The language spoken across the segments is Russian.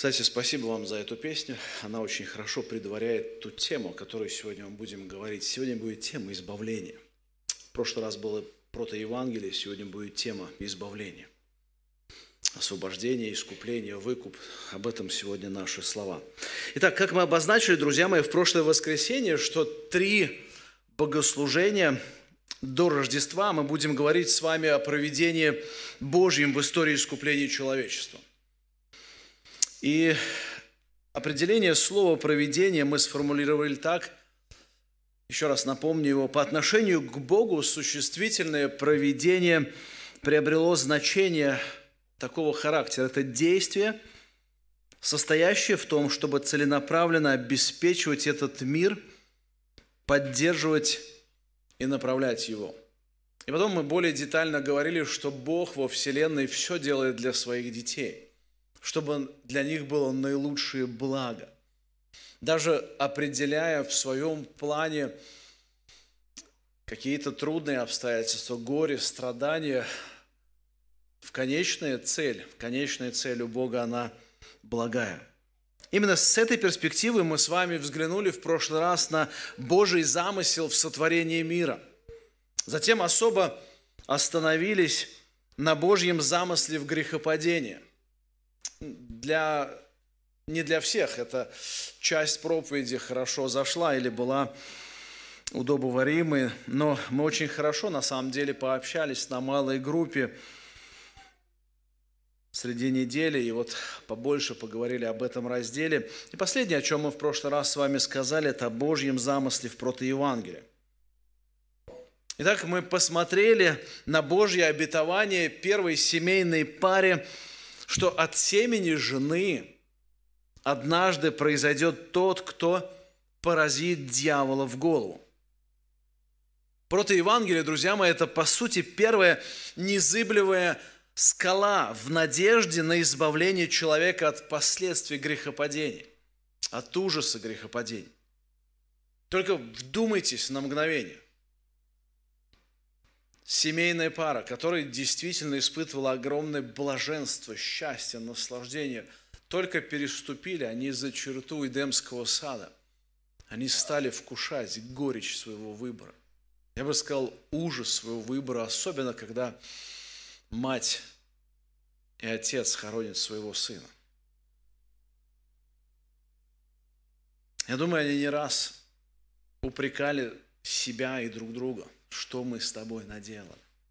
Кстати, спасибо вам за эту песню. Она очень хорошо предваряет ту тему, о которой сегодня мы будем говорить. Сегодня будет тема избавления. В прошлый раз было протоевангелие, сегодня будет тема избавления. Освобождение, искупление, выкуп. Об этом сегодня наши слова. Итак, как мы обозначили, друзья мои, в прошлое воскресенье, что 3 богослужения до Рождества мы будем говорить с вами о провидении Божьем в истории искупления человечества. И определение слова «провидение» мы сформулировали так, еще раз напомню его, по отношению к Богу существительное провидение приобрело значение такого характера. Это действие, состоящее в том, чтобы целенаправленно обеспечивать этот мир, поддерживать и направлять его. И потом мы более детально говорили, что Бог во Вселенной все делает для своих детей, чтобы для них было наилучшее благо. Даже определяя в своем плане какие-то трудные обстоятельства, горе, страдания, конечная цель у Бога, она благая. Именно с этой перспективы мы с вами взглянули в прошлый раз на Божий замысел в сотворении мира. Затем особо остановились на Божьем замысле в грехопадении. Не для всех эта часть проповеди хорошо зашла или была удобоваримой, но мы очень хорошо на самом деле пообщались на малой группе среди недели, и вот побольше поговорили об этом разделе. И последнее, о чем мы в прошлый раз с вами сказали, это о Божьем замысле в протоевангелии. Итак, мы посмотрели на Божье обетование первой семейной паре, что от семени жены однажды произойдет тот, кто поразит дьявола в голову. Протоевангелие, друзья мои, это по сути первая незыблемая скала в надежде на избавление человека от последствий грехопадения, от ужаса грехопадения. Только вдумайтесь на мгновение. Семейная пара, которая действительно испытывала огромное блаженство, счастье, наслаждение, только переступили они за черту Эдемского сада. Они стали вкушать горечь своего выбора. Я бы сказал, ужас своего выбора, особенно когда мать и отец хоронят своего сына. Я думаю, они не раз упрекали себя и друг друга. Что мы с тобой наделали?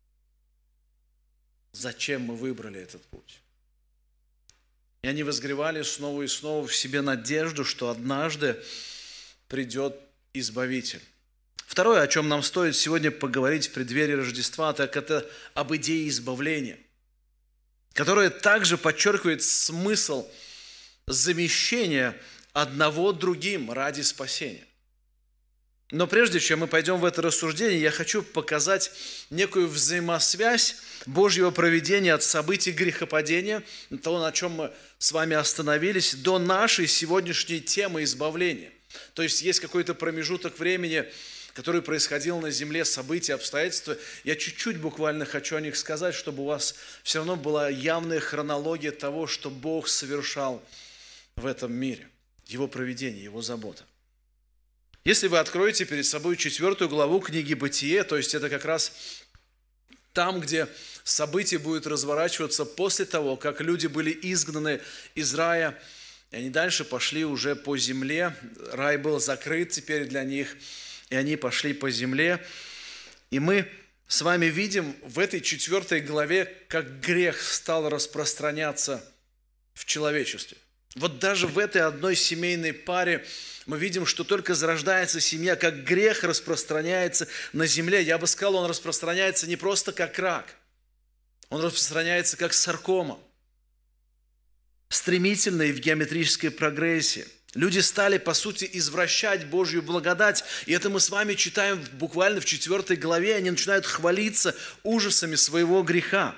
Зачем мы выбрали этот путь? И они возгревали снова и снова в себе надежду, что однажды придет Избавитель. Второе, о чем нам стоит сегодня поговорить в преддверии Рождества, так это об идее избавления, которая также подчеркивает смысл замещения одного другим ради спасения. Но прежде чем мы пойдем в это рассуждение, я хочу показать некую взаимосвязь Божьего провидения от событий грехопадения, того, на чем мы с вами остановились, до нашей сегодняшней темы избавления. То есть есть какой-то промежуток времени, который происходил на земле, события, обстоятельства. Я чуть-чуть буквально хочу о них сказать, чтобы у вас все равно была явная хронология того, что Бог совершал в этом мире, Его провидение, Его забота. Если вы откроете перед собой 4 главу книги «Бытие», то есть это как раз там, где события будут разворачиваться после того, как люди были изгнаны из рая, и они дальше пошли уже по земле. Рай был закрыт теперь для них, и они пошли по земле. И мы с вами видим в этой 4 главе, как грех стал распространяться в человечестве. Вот даже в этой одной семейной паре мы видим, что только зарождается семья, как грех распространяется на земле. Я бы сказал, он распространяется не просто как рак, он распространяется как саркома, стремительно и в геометрической прогрессии. Люди стали, по сути, извращать Божью благодать. И это мы с вами читаем буквально в 4 главе. Они начинают хвалиться ужасами своего греха.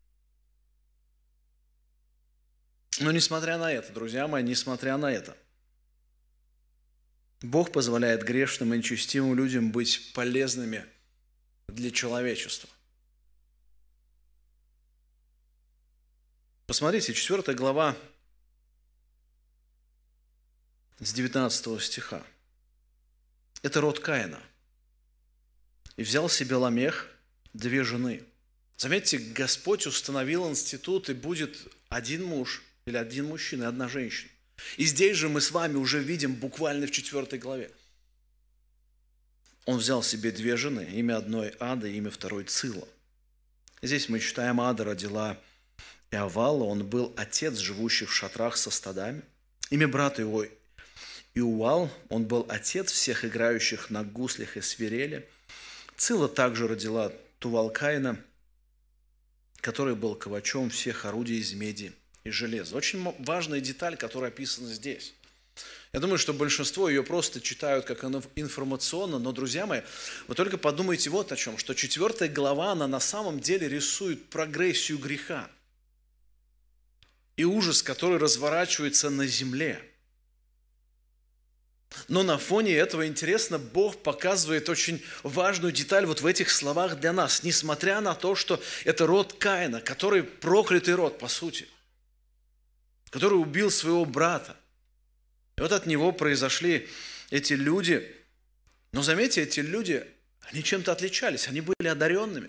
Но несмотря на это, друзья мои, несмотря на это, Бог позволяет грешным и нечестивым людям быть полезными для человечества. Посмотрите, 4 глава с 19 стиха. Это род Каина. «И взял себе Ламех 2 жены». Заметьте, Господь установил институт, и будет один муж или один мужчина и одна женщина. И здесь же мы с вами уже видим буквально в 4 главе. Он взял себе 2 жены, имя одной Ада, имя второй Цила. Здесь мы читаем, Ада родила Иовала, он был отец живущих в шатрах со стадами. Имя брата его Иуал, он был отец всех играющих на гуслях и свирели. Цила также родила Тувал-Каина, который был ковачом всех орудий из меди и железа. Очень важная деталь, которая описана здесь. Я думаю, что большинство ее просто читают как информационно, но, друзья мои, вы только подумайте вот о чем, что 4 глава, она на самом деле рисует прогрессию греха и ужас, который разворачивается на земле. Но на фоне этого, интересно, Бог показывает очень важную деталь вот в этих словах для нас, несмотря на то, что это род Каина, который проклятый род, по сути, который убил своего брата. И вот от него произошли эти люди. Но заметьте, эти люди, они чем-то отличались, они были одаренными.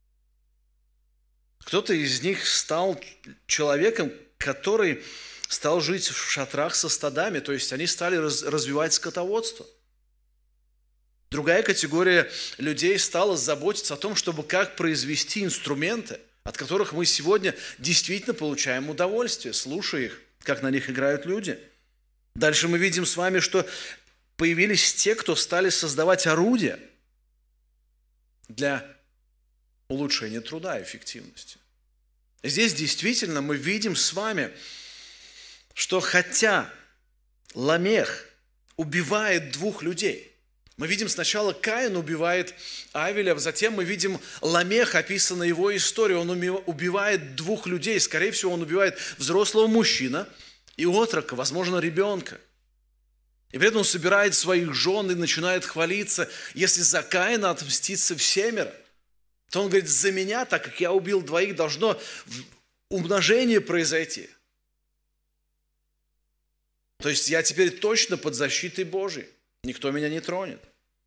Кто-то из них стал человеком, который стал жить в шатрах со стадами, то есть они стали развивать скотоводство. Другая категория людей стала заботиться о том, чтобы как произвести инструменты, от которых мы сегодня действительно получаем удовольствие, слушая их, как на них играют люди. Дальше мы видим с вами, что появились те, кто стали создавать орудия для улучшения труда и эффективности. Здесь действительно мы видим с вами, что хотя Ламех убивает 2 людей, мы видим сначала Каин убивает Авеля, затем мы видим Ламех, описана его история, он убивает 2 людей, скорее всего, он убивает взрослого мужчину и отрока, возможно, ребенка. И при этом он собирает своих жен и начинает хвалиться, если за Каина отмстится всемеро, то он говорит, за меня, так как я убил 2, должно умножение произойти. То есть я теперь точно под защитой Божией. Никто меня не тронет.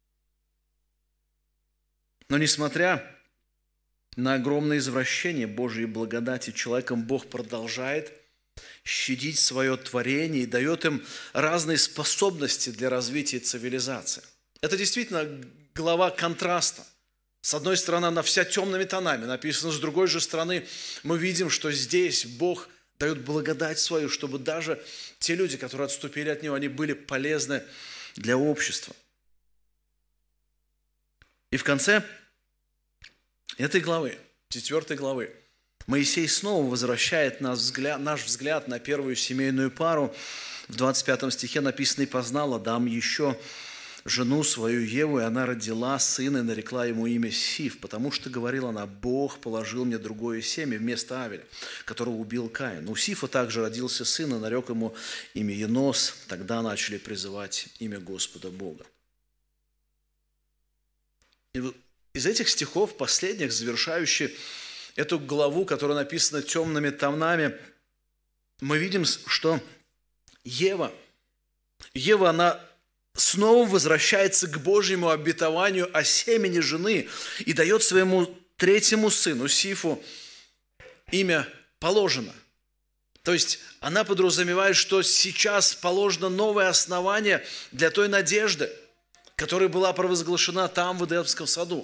Но несмотря на огромное извращение Божьей благодати человеком, Бог продолжает щадить свое творение и дает им разные способности для развития цивилизации. Это действительно глава контраста. С одной стороны, она вся темными тонами написана, с другой же стороны, мы видим, что здесь Бог дает благодать свою, чтобы даже те люди, которые отступили от Него, они были полезны для общества. И в конце этой главы, 4 главы, Моисей снова возвращает наш взгляд на первую семейную пару. В 25 стихе написано: «И познал Адам еще жену свою Еву, и она родила сына, и нарекла ему имя Сиф, потому что, говорила она, Бог положил мне другое семя вместо Авеля, которого убил Каин. У Сифа также родился сын, и нарек ему имя Енос. Тогда начали призывать имя Господа Бога». И из этих стихов, последних, завершающих эту главу, которая написана темными тонами, мы видим, что Ева, она снова возвращается к Божьему обетованию о семени жены и дает своему 3-му сыну, Сифу, имя положено. То есть она подразумевает, что сейчас положено новое основание для той надежды, которая была провозглашена там, в Эдемском саду.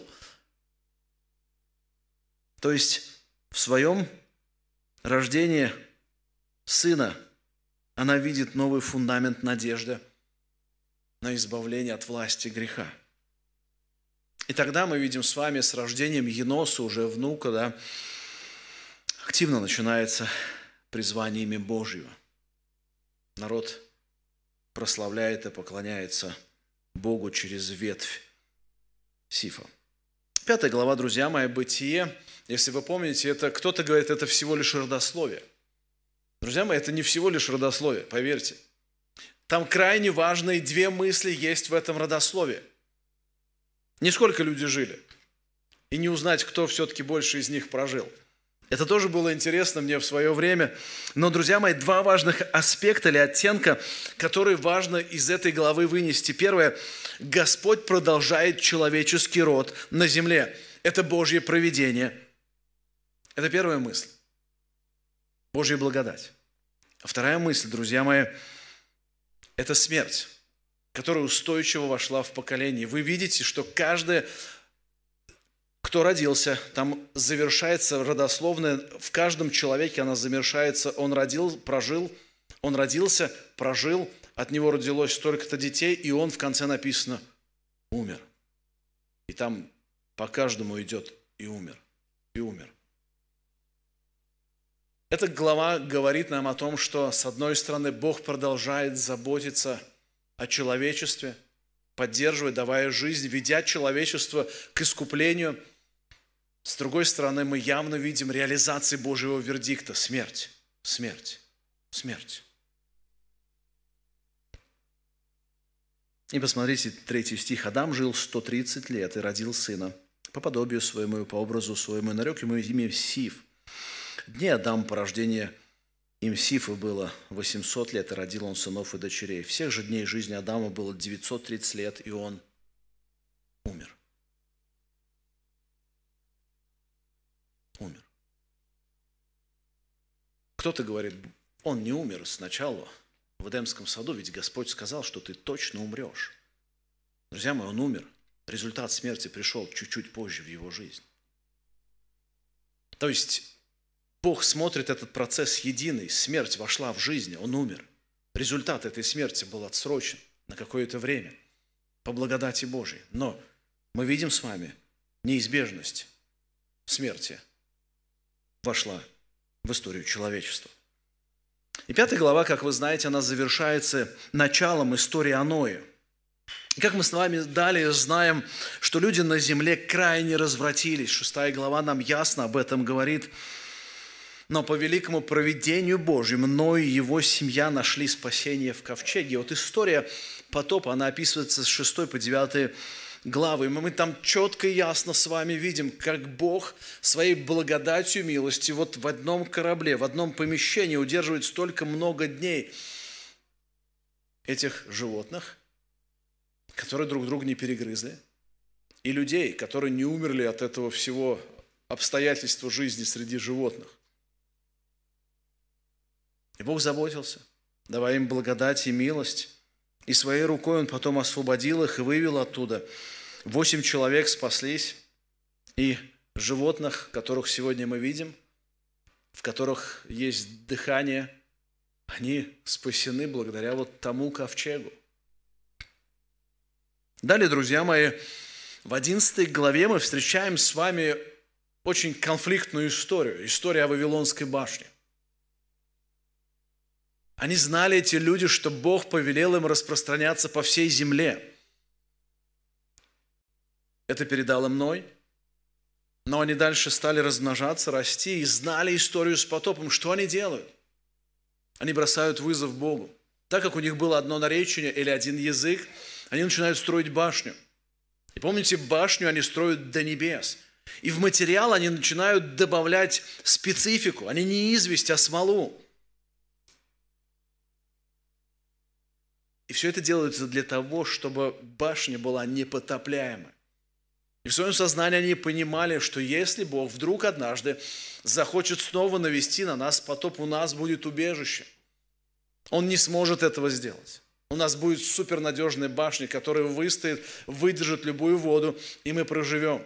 То есть в своем рождении сына она видит новый фундамент надежды на избавление от власти греха. И тогда мы видим с вами с рождением Еноса, уже внука, активно начинается призвание имя Божьего. Народ прославляет и поклоняется Богу через ветвь Сифа. 5 глава, друзья мои, Бытие. Если вы помните, это кто-то говорит, это всего лишь родословие. Друзья мои, это не всего лишь родословие, поверьте. Там крайне важные 2 мысли есть в этом родословии. Не сколько люди жили, и не узнать, кто все-таки больше из них прожил. Это тоже было интересно мне в свое время. Но, друзья мои, два важных аспекта или оттенка, которые важно из этой главы вынести. Первое. Господь продолжает человеческий род на земле. Это Божье провидение. Это первая мысль. Божья благодать. А вторая мысль, друзья мои, это смерть, которая устойчиво вошла в поколение. Вы видите, что каждый, кто родился, там завершается родословная, в каждом человеке она завершается. Он родился, прожил, от него родилось столько-то детей, и он в конце написано умер. И там по каждому идет и умер, и умер. Эта глава говорит нам о том, что, с одной стороны, Бог продолжает заботиться о человечестве, поддерживая, давая жизнь, ведя человечество к искуплению. С другой стороны, мы явно видим реализацию Божьего вердикта – смерть, смерть, смерть. И посмотрите 3 стих. «Адам жил 130 лет и родил сына по подобию своему и по образу своему, и нарек ему имя Сиф. Дни Адама по рождению им Сифа было 800 лет, и родил он сынов и дочерей. Всех же дней жизни Адама было 930 лет, и он умер». Умер. Кто-то говорит, он не умер сначала в Эдемском саду, ведь Господь сказал, что ты точно умрешь. Друзья мои, он умер. Результат смерти пришел чуть-чуть позже в его жизнь. То есть Бог смотрит этот процесс единый. Смерть вошла в жизнь, он умер. Результат этой смерти был отсрочен на какое-то время по благодати Божией. Но мы видим с вами неизбежность смерти вошла в историю человечества. И 5 глава, как вы знаете, она завершается началом истории о Ное. И как мы с вами далее знаем, что люди на земле крайне развратились. 6 глава нам ясно об этом говорит. Но по великому провидению Божьему Ной и его семья нашли спасение в ковчеге. Вот история потопа, она описывается с 6 по 9 главы. Мы там четко и ясно с вами видим, как Бог своей благодатью, милостью вот в одном корабле, в одном помещении удерживает столько много дней этих животных, которые друг друга не перегрызли, и людей, которые не умерли от этого всего обстоятельства жизни среди животных. И Бог заботился, давая им благодать и милость. И своей рукой Он потом освободил их и вывел оттуда. 8 человек спаслись, и животных, которых сегодня мы видим, в которых есть дыхание, они спасены благодаря вот тому ковчегу. Далее, друзья мои, в 11 главе мы встречаем с вами очень конфликтную историю. Историю о Вавилонской башне. Они знали, эти люди, что Бог повелел им распространяться по всей земле. Это передал им Ной. Но они дальше стали размножаться, расти и знали историю с потопом. Что они делают? Они бросают вызов Богу. Так как у них было одно наречие или один язык, они начинают строить башню. И помните, башню они строят до небес. И в материал они начинают добавлять специфику. Они не известь, а смолу. И все это делается для того, чтобы башня была непотопляемой. И в своем сознании они понимали, что если Бог вдруг однажды захочет снова навести на нас потоп, у нас будет убежище. Он не сможет этого сделать. У нас будет супернадежная башня, которая выстоит, выдержит любую воду, и мы проживем.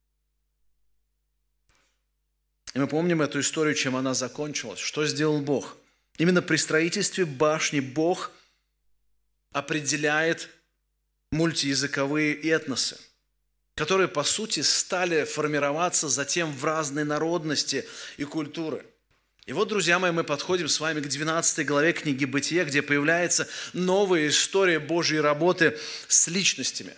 И мы помним эту историю, чем она закончилась. Что сделал Бог? Именно при строительстве башни Бог определяет мультиязыковые этносы, которые, по сути, стали формироваться затем в разные народности и культуры. И вот, друзья мои, мы подходим с вами к 12 главе книги Бытия, где появляется новая история Божьей работы с личностями,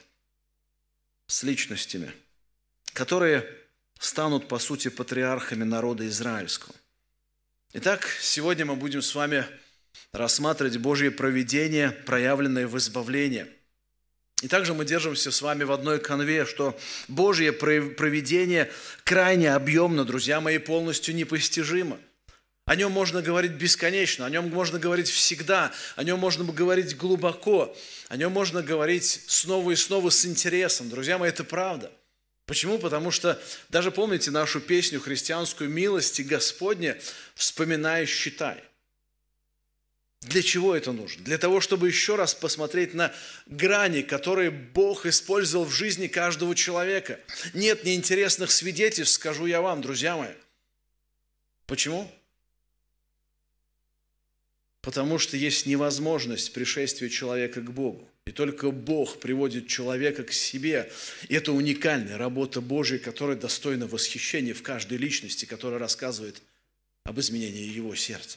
которые станут, по сути, патриархами народа израильского. Итак, сегодня мы будем с вами рассматривать Божье провидение, проявленное в избавлении. И также мы держимся с вами в одной канве, что Божье провидение крайне объемно, друзья мои, полностью непостижимо. О нем можно говорить бесконечно, о нем можно говорить всегда, о нем можно говорить глубоко, о нем можно говорить снова и снова с интересом. Друзья мои, это правда. Почему? Потому что даже помните нашу песню христианскую «Милости Господне, вспоминай, считай». Для чего это нужно? Для того, чтобы еще раз посмотреть на грани, которые Бог использовал в жизни каждого человека. Нет неинтересных свидетельств, скажу я вам, друзья мои. Почему? Потому что есть невозможность пришествия человека к Богу. И только Бог приводит человека к себе. И это уникальная работа Божья, которая достойна восхищения в каждой личности, которая рассказывает об изменении его сердца.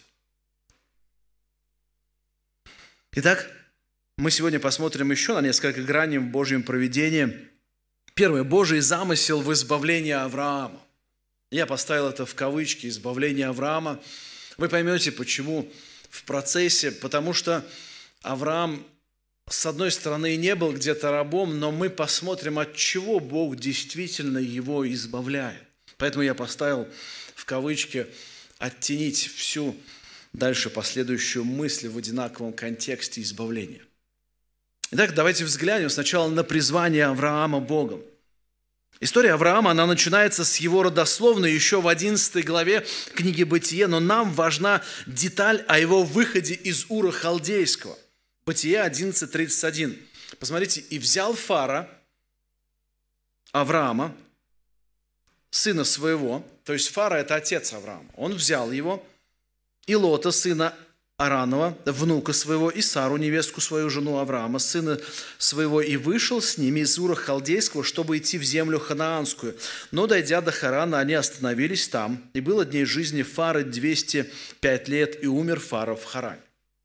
Итак, мы сегодня посмотрим еще на несколько граней в Божьем провидении. Первое. Божий замысел в избавлении Авраама. Я поставил это в кавычки «избавление Авраама». Вы поймете, почему в процессе. Потому что Авраам, с одной стороны, и не был где-то рабом, но мы посмотрим, от чего Бог действительно его избавляет. Поэтому я поставил в кавычки «оттенить всю дальше последующую мысль в одинаковом контексте избавления». Итак, давайте взглянем сначала на призвание Авраама Богом. История Авраама, она начинается с его родословной еще в 11 главе книги «Бытие», но нам важна деталь о его выходе из Ура Халдейского. Бытие 11:31. Посмотрите, «И взял Фара, Авраама, сына своего», то есть Фара – это отец Авраама, он взял его, «и Лота, сына Аранова, внука своего, и Сару, невестку свою, жену Авраама, сына своего, и вышел с ними из Ура Халдейского, чтобы идти в землю ханаанскую. Но, дойдя до Харана, они остановились там, и было дней жизни Фары 205 лет, и умер Фара в Харане».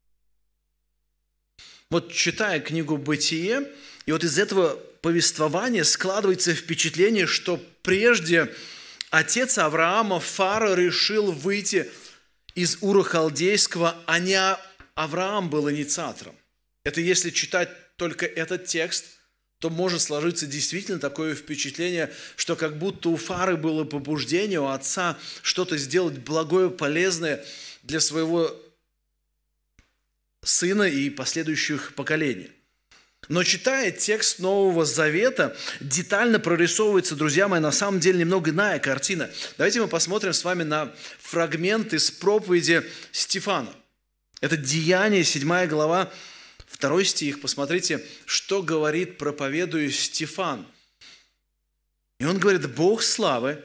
Вот читая книгу «Бытие», и вот из этого повествования складывается впечатление, что прежде отец Авраама, Фара, решил выйти из Ура Халдейского, а не Авраам был инициатором. Это если читать только этот текст, то может сложиться действительно такое впечатление, что как будто у Фары было побуждение, у отца что-то сделать благое, полезное для своего сына и последующих поколений. Но читая текст Нового Завета, детально прорисовывается, друзья мои, на самом деле немного иная картина. Давайте мы посмотрим с вами на фрагмент из проповеди Стефана. Это Деяния, 7 глава, 2 стих. Посмотрите, что говорит, проповедуя Стефан. И он говорит: «Бог славы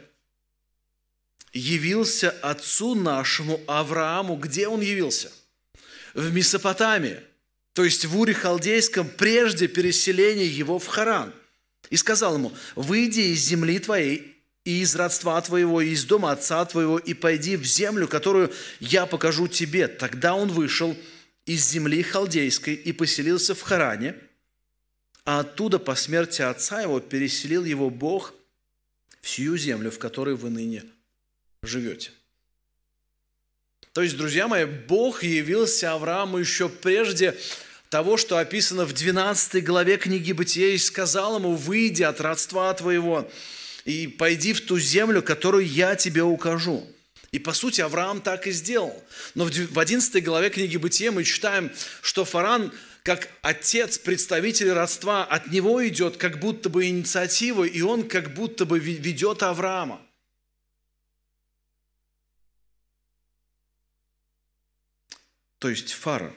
явился отцу нашему Аврааму». Где он явился? В Месопотамии. То есть в Уре Халдейском, прежде переселения его в Харан. И сказал ему: «Выйди из земли твоей, и из родства твоего, и из дома отца твоего, и пойди в землю, которую я покажу тебе». Тогда он вышел из земли Халдейской и поселился в Харане, а оттуда по смерти отца его переселил его Бог в сию землю, в которой вы ныне живете. То есть, друзья мои, Бог явился Аврааму еще прежде того, что описано в 12 главе книги «Бытие», и сказал ему: «Выйди от родства твоего и пойди в ту землю, которую я тебе укажу». И, по сути, Авраам так и сделал. Но в 11 главе книги «Бытие» мы читаем, что Фаран, как отец, представитель родства, от него идет как будто бы инициатива, и он как будто бы ведет Авраама. То есть Фара.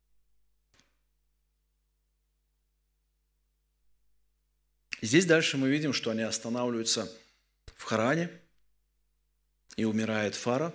Здесь дальше мы видим, что они останавливаются в Харане, и умирает Фара.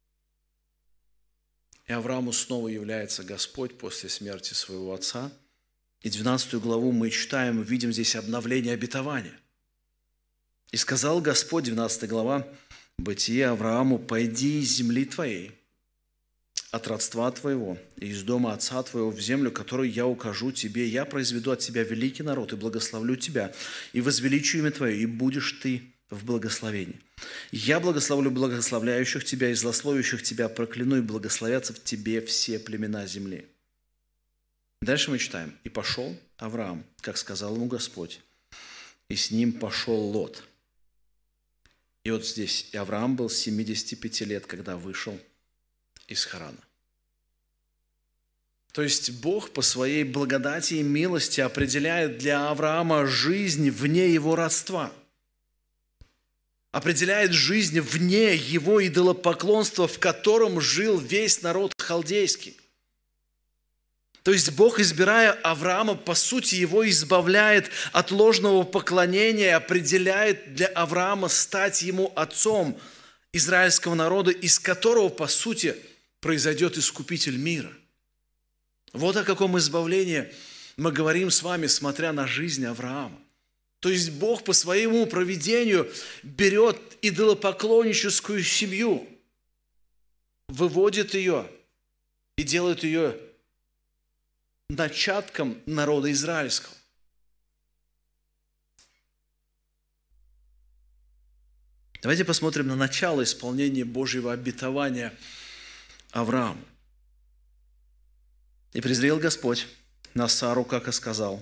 И Аврааму снова является Господь после смерти своего отца. И 12 главу мы читаем, видим здесь обновление обетования. «И сказал Господь», 12 глава, Бытие, Аврааму: «Пойди из земли твоей, от родства твоего и из дома отца твоего в землю, которую я укажу тебе. Я произведу от тебя великий народ и благословлю тебя, и возвеличу имя твое, и будешь ты в благословении. Я благословлю благословляющих тебя и злословящих тебя прокляну, и благословятся в тебе все племена земли». Дальше мы читаем. «И пошел Авраам, как сказал ему Господь, и с ним пошел Лот». И вот здесь и Авраам был 75 лет, когда вышел из Харана. То есть Бог по своей благодати и милости определяет для Авраама жизнь вне его родства. Определяет жизнь вне его идолопоклонства, в котором жил весь народ халдейский. То есть Бог, избирая Авраама, по сути, его избавляет от ложного поклонения, определяет для Авраама стать ему отцом израильского народа, из которого, по сути, произойдет искупитель мира. Вот о каком избавлении мы говорим с вами, смотря на жизнь Авраама. То есть Бог по своему провидению берет идолопоклонническую семью, выводит ее и делает ее начатком народа израильского. Давайте посмотрим на начало исполнения Божьего обетования Аврааму. «И презрел Господь на Сару, как и сказал,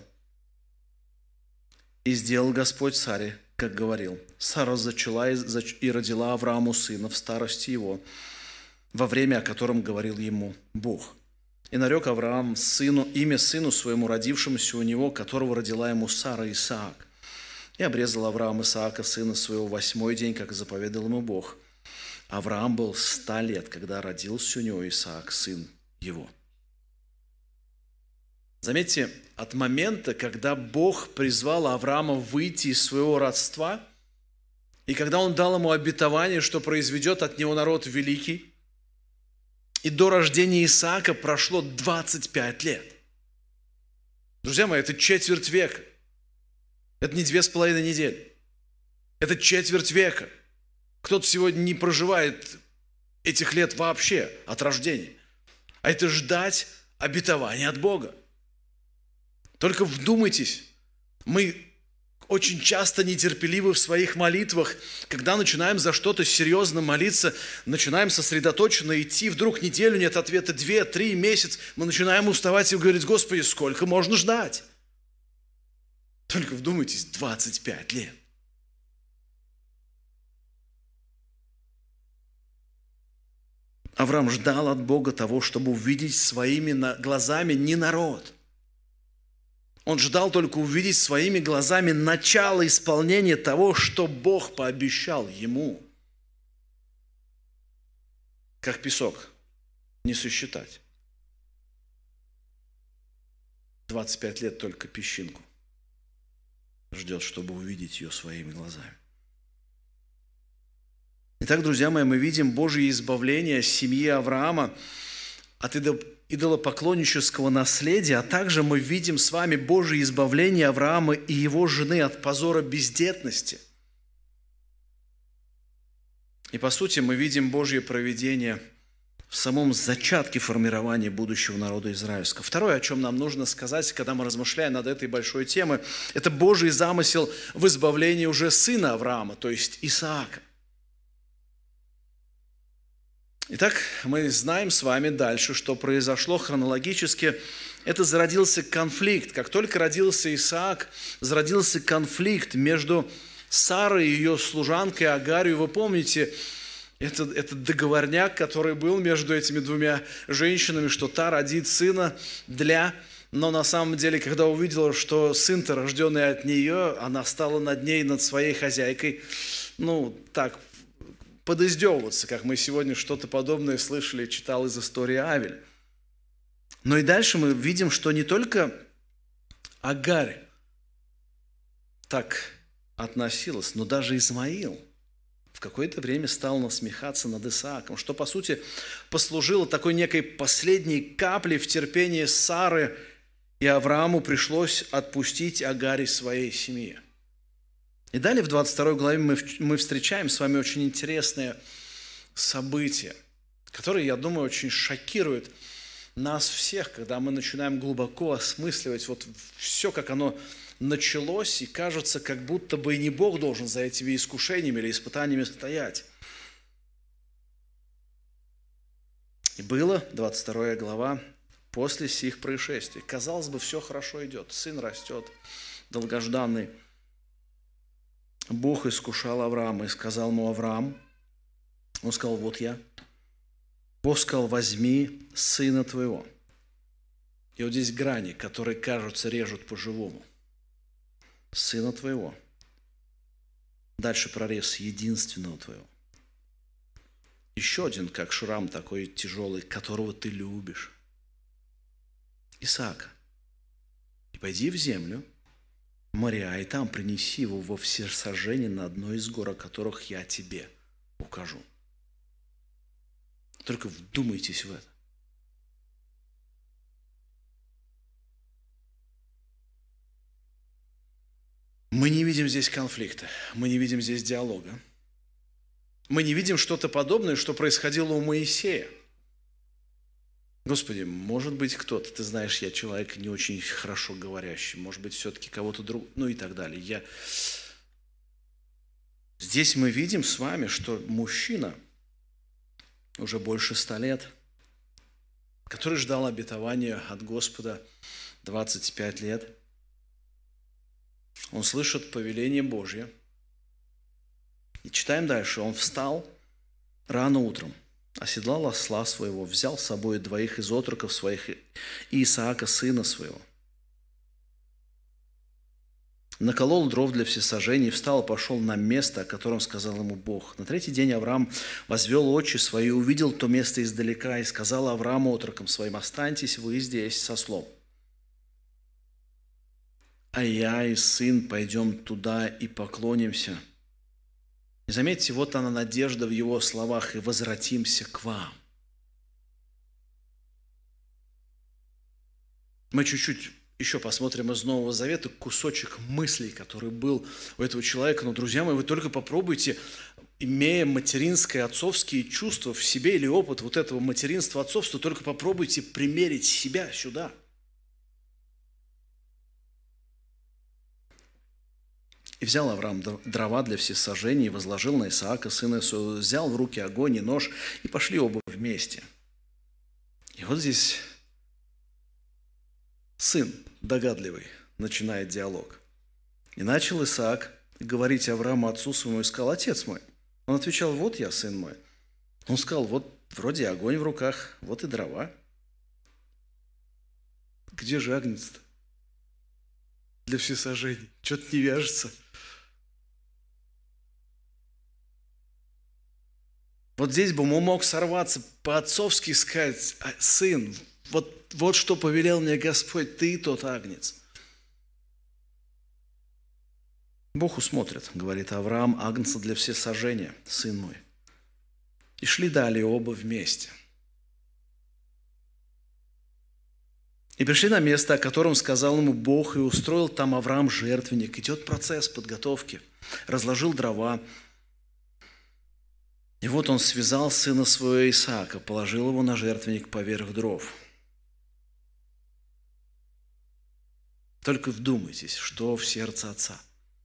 и сделал Господь Саре, как говорил. Сара зачала и родила Аврааму сына в старости его, во время, о котором говорил ему Бог. И нарек Авраам имя сыну своему, родившемуся у него, которого родила ему Сара, Исаак. И обрезал Авраам Исаака, сына своего, 8-й день, как заповедал ему Бог. Авраам был 100 лет, когда родился у него Исаак, сын его». Заметьте, от момента, когда Бог призвал Авраама выйти из своего родства, и когда Он дал ему обетование, что произведет от него народ великий, и до рождения Исаака прошло 25 лет. Друзья мои, это четверть века. Это не 2,5 недели. Это четверть века. Кто-то сегодня не проживает этих лет вообще от рождения. А это ждать обетования от Бога. Только вдумайтесь, мы очень часто нетерпеливы в своих молитвах, когда начинаем за что-то серьезно молиться, начинаем сосредоточенно идти, вдруг неделю нет ответа, 2-3 месяца, мы начинаем уставать и говорить: Господи, сколько можно ждать? Только вдумайтесь, 25 лет. Авраам ждал от Бога того, чтобы увидеть своими глазами не народ. Он ждал только увидеть своими глазами начало исполнения того, что Бог пообещал ему. Как песок не сосчитать. 25 лет только песчинку ждет, чтобы увидеть ее своими глазами. Итак, друзья мои, мы видим Божье избавление семьи Авраама от идолопоклоннического наследия, а также мы видим с вами Божье избавление Авраама и его жены от позора бездетности. И по сути мы видим Божье провидение в самом зачатке формирования будущего народа израильского. Второе, о чем нам нужно сказать, когда мы размышляем над этой большой темой, это Божий замысел в избавлении уже сына Авраама, то есть Исаака. Итак, мы знаем с вами дальше, что произошло хронологически. Это зародился конфликт. Как только родился Исаак, зародился конфликт между Сарой и ее служанкой Агарью. Вы помните, этот договорняк, который был между этими двумя женщинами, что та родит сына Но на самом деле, когда увидела, что сын-то рожденный от нее, она стала над ней, над своей хозяйкой, подиздевываться, как мы сегодня что-то подобное слышали, читал из истории Авеля. Но и дальше мы видим, что не только Агарь так относилась, но даже Измаил в какое-то время стал насмехаться над Исааком, что, по сути, послужило такой некой последней каплей в терпении Сары, и Аврааму пришлось отпустить Агарь своей семье. И далее в 22 главе мы встречаем с вами очень интересное событие, которое, я думаю, очень шокирует нас всех, когда мы начинаем глубоко осмысливать все, как оно началось, и кажется, как будто бы и не Бог должен за этими искушениями или испытаниями стоять. И было, 22 глава, после сих происшествий. Казалось бы, все хорошо идет, сын растет, долгожданный. Бог искушал Авраама и сказал ему: Авраам, он сказал: вот я. Бог сказал: возьми сына твоего. И вот здесь грани, которые, кажутся, режут по-живому. Сына твоего. Дальше прорез: единственного твоего. Еще один, как шрам такой тяжелый, которого ты любишь. Исаака. И пойди в землю Мориа, и там принеси его во всесожжение на одной из гор, о которых я тебе укажу. Только вдумайтесь в это. Мы не видим здесь конфликта, мы не видим здесь диалога. Мы не видим что-то подобное, что происходило у Моисея. Господи, может быть, кто-то, ты знаешь, я человек не очень хорошо говорящий, может быть, все-таки кого-то другого, ну и так далее. Здесь мы видим с вами, что мужчина уже больше 100 лет, который ждал обетования от Господа 25 лет, он слышит повеление Божье. И читаем дальше. Он встал рано утром, оседлал осла своего, взял с собой 2 из отроков своих и Исаака, сына своего. Наколол дров для всесожжения, встал и пошел на место, о котором сказал ему Бог. На 3-й день Авраам возвел очи свои, увидел то место издалека, и сказал Аврааму отрокам своим: останьтесь вы здесь с ослом, а я и сын пойдем туда и поклонимся. И заметьте, вот она надежда в его словах: и возвратимся к вам. Мы чуть-чуть еще посмотрим из Нового Завета кусочек мыслей, который был у этого человека. Но, друзья мои, вы только попробуйте, имея материнское, отцовские чувства в себе или опыт вот этого материнства, отцовства, только попробуйте примерить себя сюда. И взял Авраам дрова для всесожжения и возложил на Исаака, сына своего, взял в руки огонь и нож, и пошли оба вместе. И вот здесь сын догадливый начинает диалог. И начал Исаак говорить Аврааму, отцу своему, и сказал: отец мой. Он отвечал: вот я, сын мой. Он сказал: вот вроде огонь в руках, вот и дрова. Где же агнец-то для всесожжения? Что-то не вяжется. Вот здесь бы он мог сорваться по-отцовски и сказать: сын, вот что повелел мне Господь, ты тот агнец. Бог усмотрит, говорит Авраам, агнца для всесожжения, сын мой. И шли далее оба вместе. И пришли на место, о котором сказал ему Бог, и устроил там Авраам жертвенник. Идет процесс подготовки. Разложил дрова. И вот он связал сына своего Исаака, положил его на жертвенник поверх дров. Только вдумайтесь, что в сердце отца.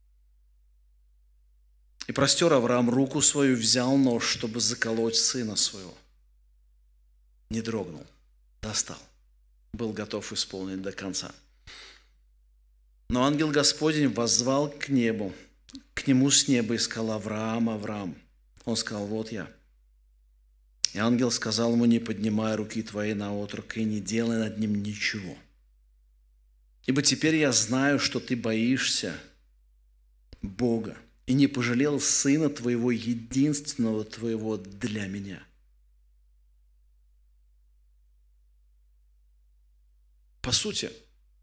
И простер Авраам руку свою, взял нож, чтобы заколоть сына своего. Не дрогнул, достал. Был готов исполнить до конца. Но ангел Господень воззвал к небу, к нему с неба и сказал: Авраам, Авраам. Он сказал: вот я. И ангел сказал ему: не поднимай руки твои на отрока и не делай над ним ничего. Ибо теперь я знаю, что ты боишься Бога и не пожалел сына твоего, единственного твоего для меня. По сути,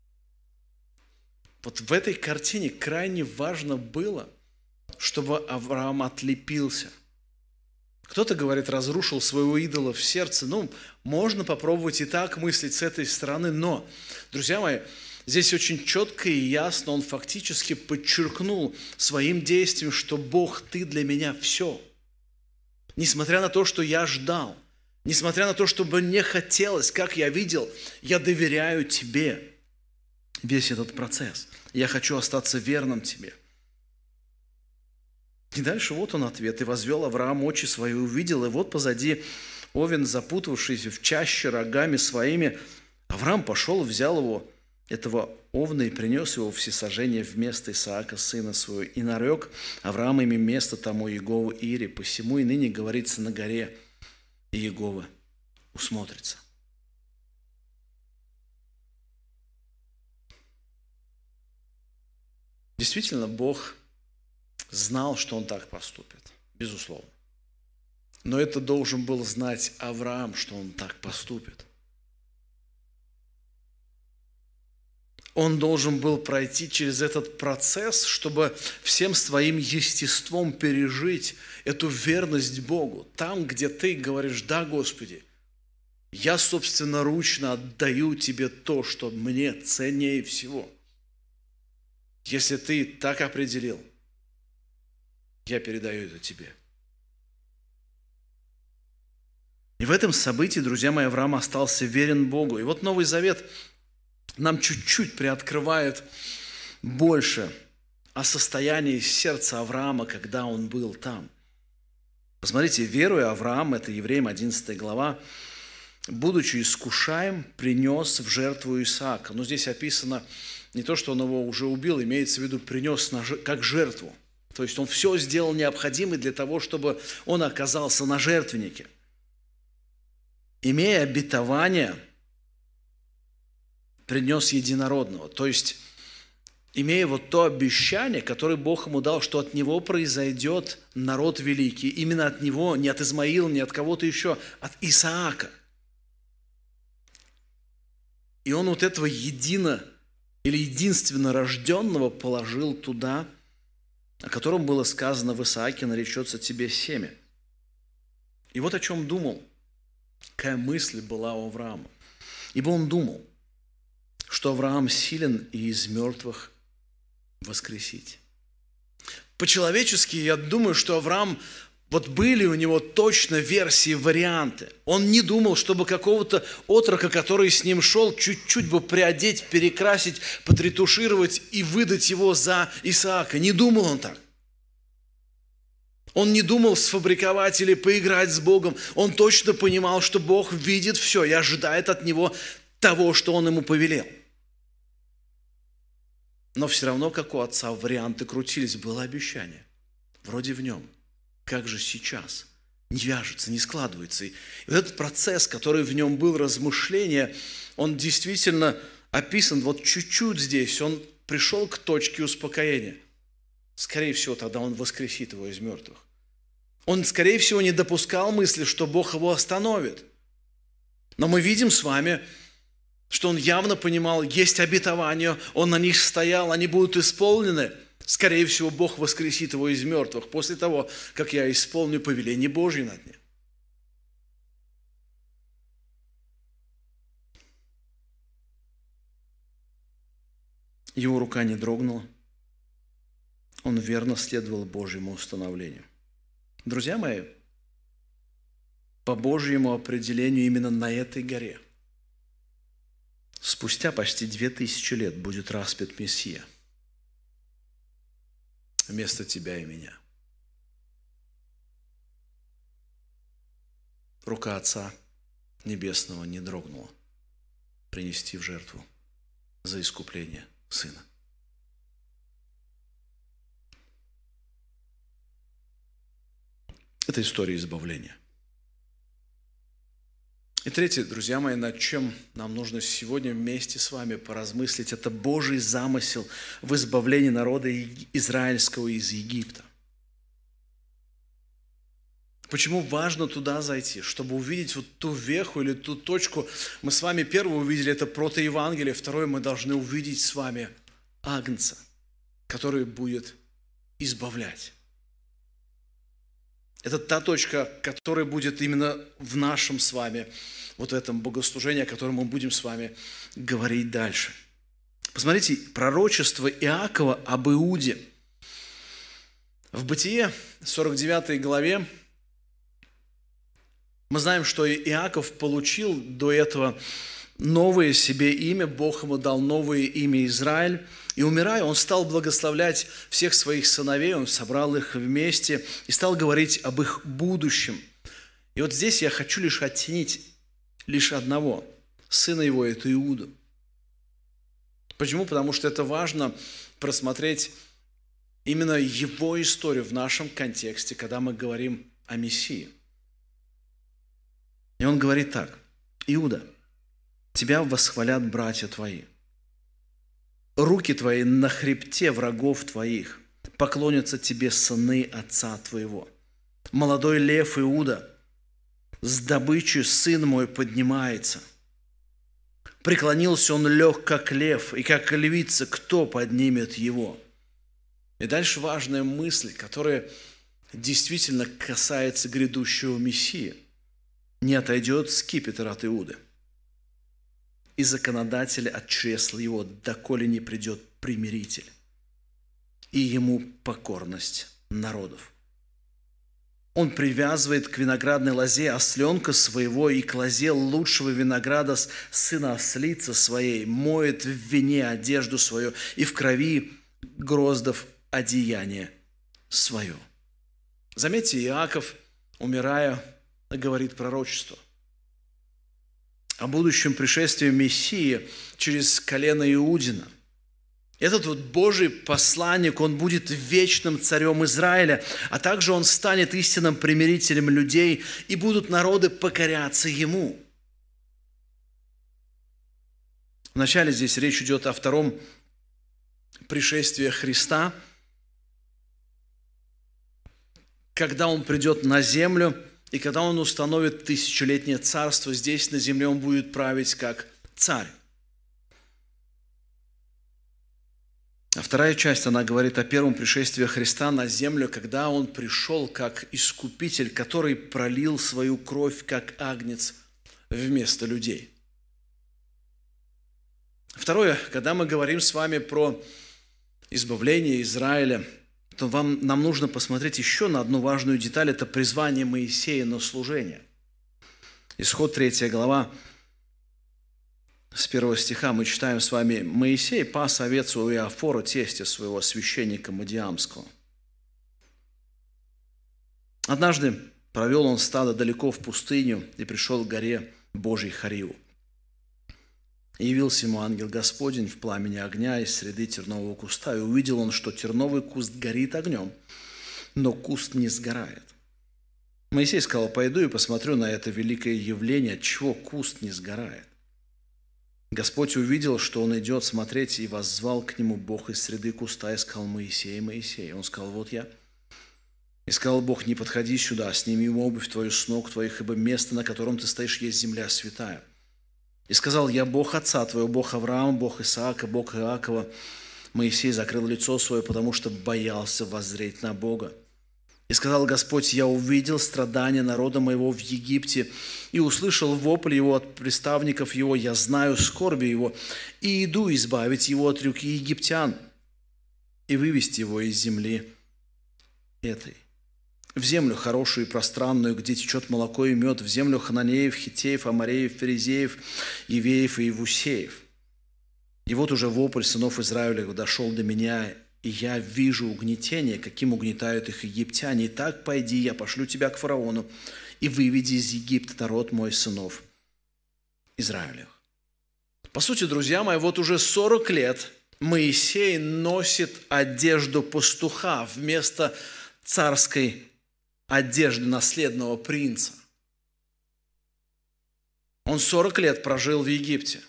вот в этой картине крайне важно было, чтобы Авраам отлепился. Кто-то говорит, разрушил своего идола в сердце. Ну, можно попробовать и так мыслить с этой стороны, но, друзья мои, здесь очень четко и ясно он фактически подчеркнул своим действием, что Бог, ты для меня все. Несмотря на то, что я ждал, несмотря на то, что мне хотелось, как я видел, я доверяю тебе весь этот процесс. Я хочу остаться верным тебе. И дальше вот он ответ. «И возвел Авраам очи свои, увидел, и вот позади овен, запутавшийся в чаще рогами своими, Авраам пошел, взял его, этого овна, и принес его всесожжение вместо Исаака, сына своего, и нарек Авраам ими место тому Егову Ире, посему и ныне говорится на горе, и Егова усмотрится. Действительно, Бог знал, что Он так поступит, безусловно. Но это должен был знать Авраам, что он так поступит. Он должен был пройти через этот процесс, чтобы всем своим естеством пережить эту верность Богу. Там, где ты говоришь: да, Господи, я собственноручно отдаю Тебе то, что мне ценнее всего. Если Ты так определил, я передаю это Тебе. И в этом событии, друзья мои, Авраам остался верен Богу. И вот Новый Завет нам чуть-чуть приоткрывает больше о состоянии сердца Авраама, когда он был там. Посмотрите, веруя Авраам, это Евреям 11 глава, будучи искушаем, принес в жертву Исаака. Но здесь описано не то, что он его уже убил, имеется в виду принес как жертву. То есть он все сделал необходимое для того, чтобы он оказался на жертвеннике. Имея обетование, принес единородного. То есть, имея вот то обещание, которое Бог ему дал, что от него произойдет народ великий. Именно от него, не от Измаила, не от кого-то еще, от Исаака. И он вот этого единственно рожденного положил туда, о котором было сказано: в Исааке наречется тебе семя. И вот о чем думал, какая мысль была у Авраама. Ибо он думал, что Авраам силен и из мертвых воскресить. По-человечески я думаю, что Авраам, вот были у него точно версии, варианты. Он не думал, чтобы какого-то отрока, который с ним шел, чуть-чуть бы приодеть, перекрасить, подретушировать и выдать его за Исаака. Не думал он так. Он не думал сфабриковать или поиграть с Богом. Он точно понимал, что Бог видит все и ожидает от него того, что он ему повелел. Но все равно, как у отца, варианты крутились, было обещание. Вроде в нем. Как же сейчас? Не вяжется, не складывается. И вот этот процесс, который в нем был, размышление, он действительно описан вот чуть-чуть здесь. Он пришел к точке успокоения. Скорее всего, тогда он воскресит его из мертвых. Он, скорее всего, не допускал мысли, что Бог его остановит. Но мы видим с вами, что он явно понимал, есть обетования, он на них стоял, они будут исполнены. Скорее всего, Бог воскресит его из мертвых после того, как я исполню повеление Божье над ним. Его рука не дрогнула. Он верно следовал Божьему установлению. Друзья мои, по Божьему определению именно на этой горе спустя почти 2000 лет будет распят Мессия вместо тебя и меня. Рука Отца Небесного не дрогнула принести в жертву за искупление Сына. Это история избавления. И третье, друзья мои, над чем нам нужно сегодня вместе с вами поразмыслить, это Божий замысел в избавлении народа израильского из Египта. Почему важно туда зайти? Чтобы увидеть вот ту веху или ту точку. Мы с вами первое увидели, это протоевангелие. Второе, мы должны увидеть с вами Агнца, который будет избавлять. Это та точка, которая будет именно в нашем с вами, вот этом богослужении, о котором мы будем с вами говорить дальше. Посмотрите, пророчество Иакова об Иуде. В Бытие, 49 главе, мы знаем, что Иаков получил до этого новое себе имя, Бог ему дал новое имя Израиль. И умирая, он стал благословлять всех своих сыновей, он собрал их вместе и стал говорить об их будущем. И вот здесь я хочу лишь оценить лишь одного. сына его – это Иуда. Почему? Потому что это важно просмотреть именно его историю в нашем контексте, когда мы говорим о Мессии. И он говорит так: «Иуда, тебя восхвалят братья твои, руки твои на хребте врагов твоих, поклонятся тебе сыны отца твоего. Молодой лев Иуда, с добычей сын мой поднимается. Преклонился он лег, как лев, и как львица, кто поднимет его?» И дальше важная мысль, которая действительно касается грядущего Мессии. «Не отойдет скипетр от Иуды, и законодатель от чресла его, доколе не придет примиритель, и ему покорность народов. Он привязывает к виноградной лозе осленка своего и к лозе лучшего винограда сына ослицы своей, моет в вине одежду свою и в крови гроздов одеяние свое». Заметьте, Иаков, умирая, говорит пророчество о будущем пришествии Мессии через колено Иудина. Этот вот Божий посланник, он будет вечным царем Израиля, а также он станет истинным примирителем людей, и будут народы покоряться ему. Вначале здесь речь идет о втором пришествии Христа, когда он придет на землю, и когда он установит тысячелетнее царство, здесь на земле он будет править как царь. А вторая часть, она говорит о первом пришествии Христа на землю, когда он пришел как искупитель, который пролил свою кровь как агнец вместо людей. Второе, когда мы говорим с вами про избавление Израиля, то нам нужно посмотреть еще на одну важную деталь – это призвание Моисея на служение. Исход 3 глава, с 1 стиха мы читаем с вами: «Моисей пас овец у Иофора, тестя своего, священника Мадиамского. Однажды провел он стадо далеко в пустыню и пришел к горе Божьей Хориву. И явился ему ангел Господень в пламени огня из среды тернового куста, и увидел он, что терновый куст горит огнем, но куст не сгорает. Моисей сказал: пойду и посмотрю на это великое явление, отчего куст не сгорает. Господь увидел, что он идет смотреть, и воззвал к нему Бог из среды куста, и сказал: Моисей, Моисей. Он сказал: вот я. И сказал Бог: не подходи сюда, сними обувь твою с ног твоих, ибо место, на котором ты стоишь, есть земля святая. И сказал: я Бог отца твоего, Бог Авраама, Бог Исаака, Бог Иакова. Моисей закрыл лицо свое, потому что боялся воззреть на Бога. И сказал Господь: я увидел страдания народа моего в Египте, и услышал вопль его от приставников его, я знаю скорби его, и иду избавить его от руки египтян и вывести его из земли этой. В землю хорошую и пространную, где течет молоко и мед, в землю хананеев, хиттеев, амореев, ферезеев, евеев и евусеев. И вот уже вопль сынов Израилевых дошел до меня, и я вижу угнетение, каким угнетают их египтяне. И так пойди, я пошлю тебя к фараону, и выведи из Египта народ мой, сынов Израилевых». По сути, друзья мои, вот уже 40 лет Моисей носит одежду пастуха вместо царской одежды наследного принца. Он 40 лет прожил в Египте.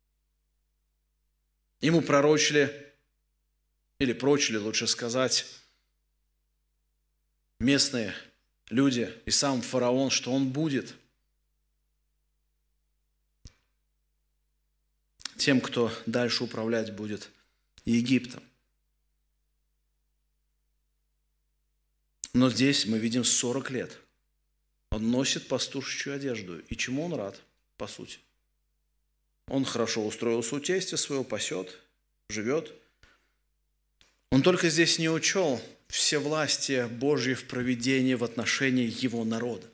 Ему пророчили, или прочили, лучше сказать, местные люди и сам фараон, что он будет тем, кто дальше управлять будет Египтом. Но здесь мы видим 40 лет. Он носит пастушечью одежду. И чему он рад, по сути? Он хорошо устроился у тестя своего, пасет, живет. Он только здесь не учел всевластие Божье в провидении в отношении его народа.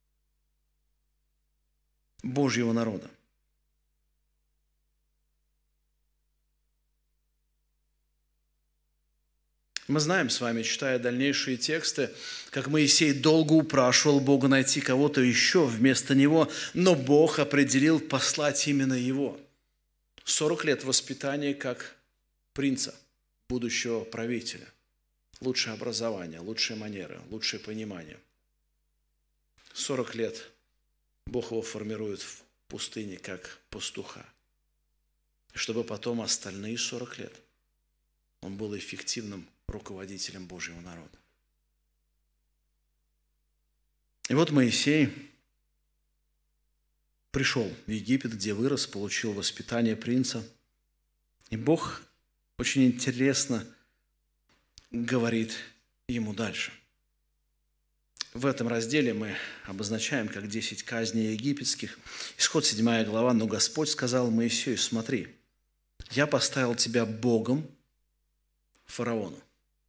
Божьего народа. Мы знаем с вами, читая дальнейшие тексты, как Моисей долго упрашивал Бога найти кого-то еще вместо него, но Бог определил послать именно его. 40 лет воспитания как принца, будущего правителя. Лучшее образование, лучшие манеры, лучшее понимание. 40 лет Бог его формирует в пустыне как пастуха. Чтобы потом остальные 40 лет он был эффективным руководителем Божьего народа. И вот Моисей пришел в Египет, где вырос, получил воспитание принца. И Бог очень интересно говорит ему дальше. В этом разделе мы обозначаем как 10 казней египетских. Исход 7 глава. «Но Господь сказал Моисею: смотри, я поставил тебя Богом фараону».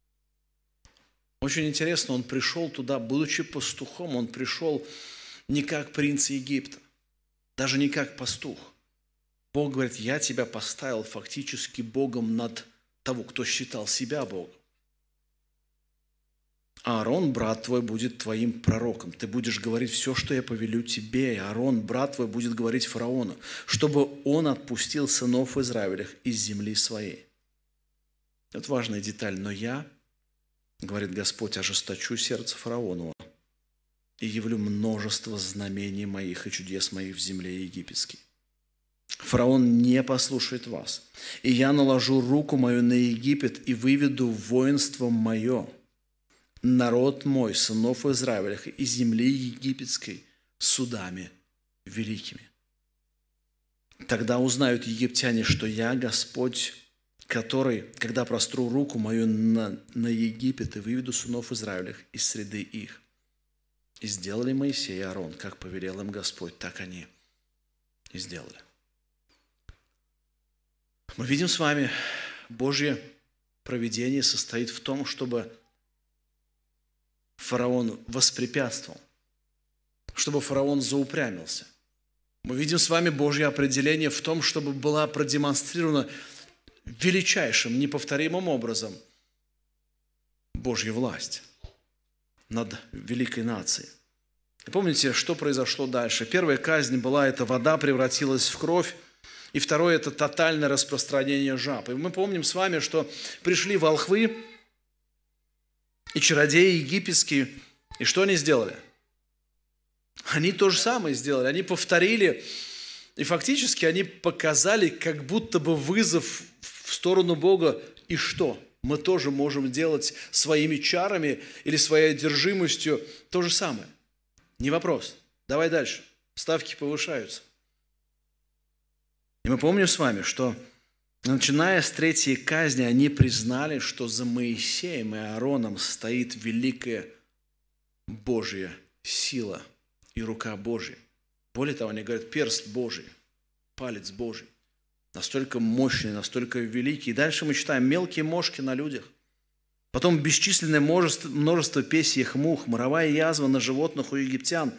Очень интересно, он пришел туда, будучи пастухом, он пришел не как принц Египта, даже не как пастух. Бог говорит: я тебя поставил фактически Богом над того, кто считал себя Богом. Аарон, брат твой, будет твоим пророком. Ты будешь говорить все, что я повелю тебе. И Аарон, брат твой, будет говорить фараону, чтобы он отпустил сынов Израилевых из земли своей. Это важная деталь. Но я, говорит Господь, ожесточу сердце фараонову и явлю множество знамений моих и чудес моих в земле египетской. Фараон не послушает вас, и я наложу руку мою на Египет и выведу воинство мое, народ мой, сынов Израилевых, из земли египетской судами великими. Тогда узнают египтяне, что я Господь, который, когда простру руку мою на Египет и выведу сынов Израилевых из среды их. И сделали Моисей и Аарон, как повелел им Господь, так они и сделали. Мы видим с вами, Божье провидение состоит в том, чтобы фараон воспрепятствовал, чтобы фараон заупрямился. Мы видим с вами Божье определение в том, чтобы была продемонстрирована величайшим, неповторимым образом Божья власть над великой нацией. И помните, что произошло дальше? Первая казнь была, это вода превратилась в кровь, и второе, это тотальное распространение жаб. И мы помним с вами, что пришли волхвы и чародеи египетские, и что они сделали? Они то же самое сделали, они повторили, и фактически они показали как будто бы вызов в сторону Бога. И что? Мы тоже можем делать своими чарами или своей одержимостью то же самое. Не вопрос. Давай дальше. Ставки повышаются. И мы помним с вами, что начиная с третьей казни, они признали, что за Моисеем и Аароном стоит великая Божья сила и рука Божья. Более того, они говорят, перст Божий, палец Божий. Настолько мощный, настолько великий. И дальше мы читаем мелкие мошки на людях. Потом бесчисленное множество песьих мух, моровая язва на животных у египтян.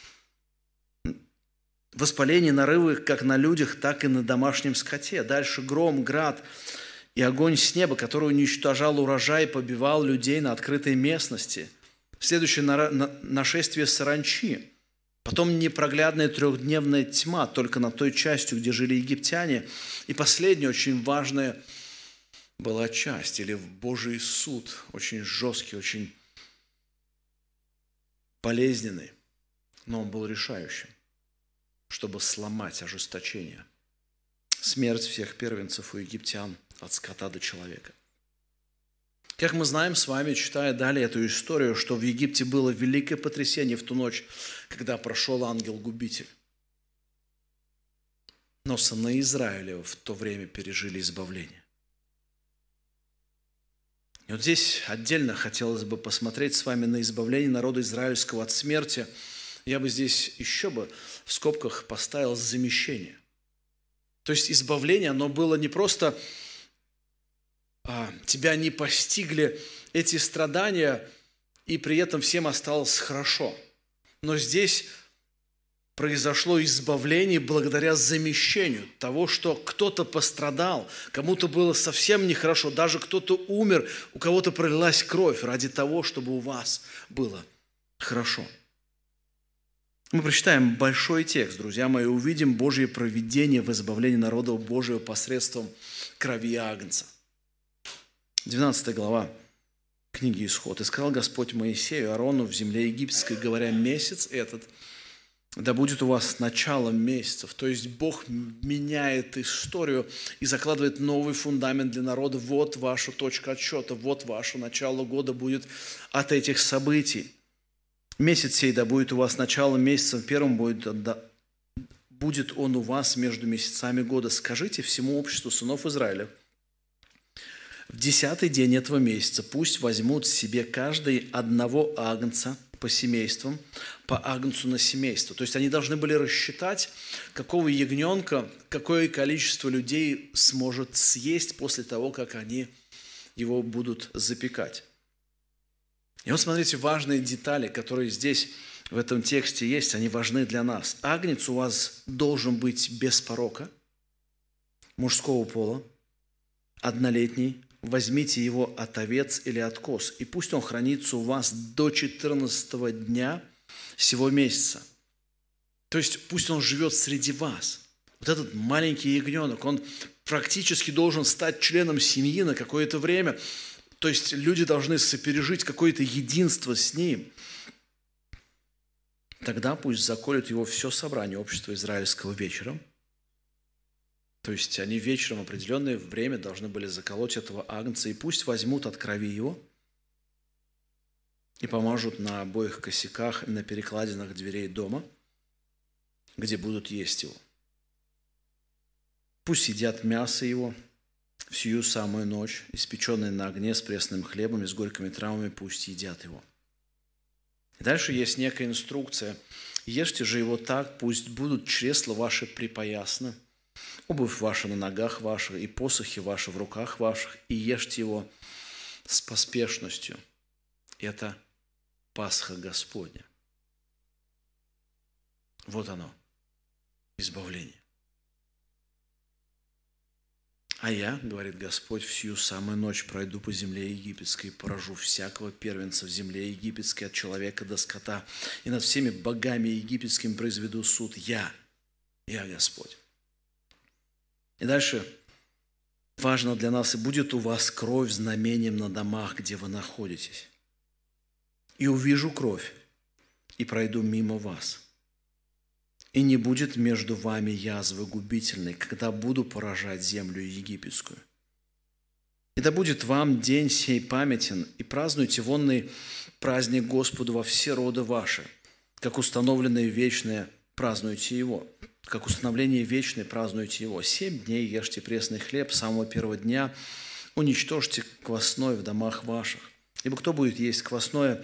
Воспаление, нарывы как на людях, так и на домашнем скоте. Дальше гром, град и огонь с неба, который уничтожал урожай и побивал людей на открытой местности. Следующее нашествие саранчи. Потом непроглядная трехдневная тьма только над той частью, где жили египтяне. И последняя, очень важная была часть, или Божий суд, очень жесткий, очень болезненный, но он был решающим, чтобы сломать ожесточение. Смерть всех первенцев у египтян от скота до человека. Как мы знаем с вами, читая далее эту историю, что в Египте было великое потрясение в ту ночь, когда прошел ангел-губитель. Но сыны Израиля в то время пережили избавление. И вот здесь отдельно хотелось бы посмотреть с вами на избавление народа израильского от смерти. Я бы здесь еще бы в скобках поставил замещение. То есть избавление, оно было не просто тебя не постигли эти страдания, и при этом всем осталось хорошо. Но здесь произошло избавление благодаря замещению того, что кто-то пострадал, кому-то было совсем нехорошо, даже кто-то умер, у кого-то пролилась кровь ради того, чтобы у вас было хорошо. Мы прочитаем большой текст, друзья мои, и увидим Божье провидение в избавлении народа Божьего посредством крови Агнца. 12 глава книги Исход. «И сказал Господь Моисею, Аарону в земле египетской, говоря, месяц этот, да будет у вас началом месяцев». То есть Бог меняет историю и закладывает новый фундамент для народа. Вот ваша точка отсчета, вот ваше начало года будет от этих событий. «Месяц сей да будет у вас началом месяцем первым, будет он у вас между месяцами года. Скажите всему обществу сынов Израиля, в 10-й день этого месяца пусть возьмут себе каждый одного агнца по семействам, по агнцу на семейство». То есть они должны были рассчитать, какого ягненка, какое количество людей сможет съесть после того, как они его будут запекать. И вот смотрите, важные детали, которые здесь в этом тексте есть, они важны для нас. Агнец у вас должен быть без порока, мужского пола, однолетний. Возьмите его от овец или от коз, и пусть он хранится у вас до 14-го дня сего месяца. То есть пусть он живет среди вас. Вот этот маленький ягненок, он практически должен стать членом семьи на какое-то время. То есть люди должны сопережить какое-то единство с ним. Тогда пусть заколют его все собрание общества израильского вечером. То есть они вечером в определенное время должны были заколоть этого агнца, и пусть возьмут от крови его и помажут на обоих косяках и на перекладинах дверей дома, где будут есть его. Пусть едят мясо его в сию самую ночь, испеченное на огне с пресным хлебом и с горькими травами, пусть едят его. И дальше есть некая инструкция. Ешьте же его так, пусть будут чресла ваши припоясаны, обувь ваша на ногах ваших и посохи ваши в руках ваших, и ешьте его с поспешностью. Это Пасха Господня. Вот оно, избавление. «А я, — говорит Господь, — в сию самую ночь пройду по земле египетской, поражу всякого первенца в земле египетской от человека до скота, и над всеми богами египетскими произведу суд. Я Господь». И дальше важно для нас: «И будет у вас кровь знамением на домах, где вы находитесь. И увижу кровь, и пройду мимо вас. И не будет между вами язвы губительной, когда буду поражать землю египетскую. И да будет вам день сей памятен, и празднуйте вонный праздник Господу во все роды ваши, как установленное вечное празднуйте его». Как установление вечное празднуйте его. 7 дней ешьте пресный хлеб, с самого первого дня уничтожьте квасное в домах ваших. Ибо кто будет есть квасное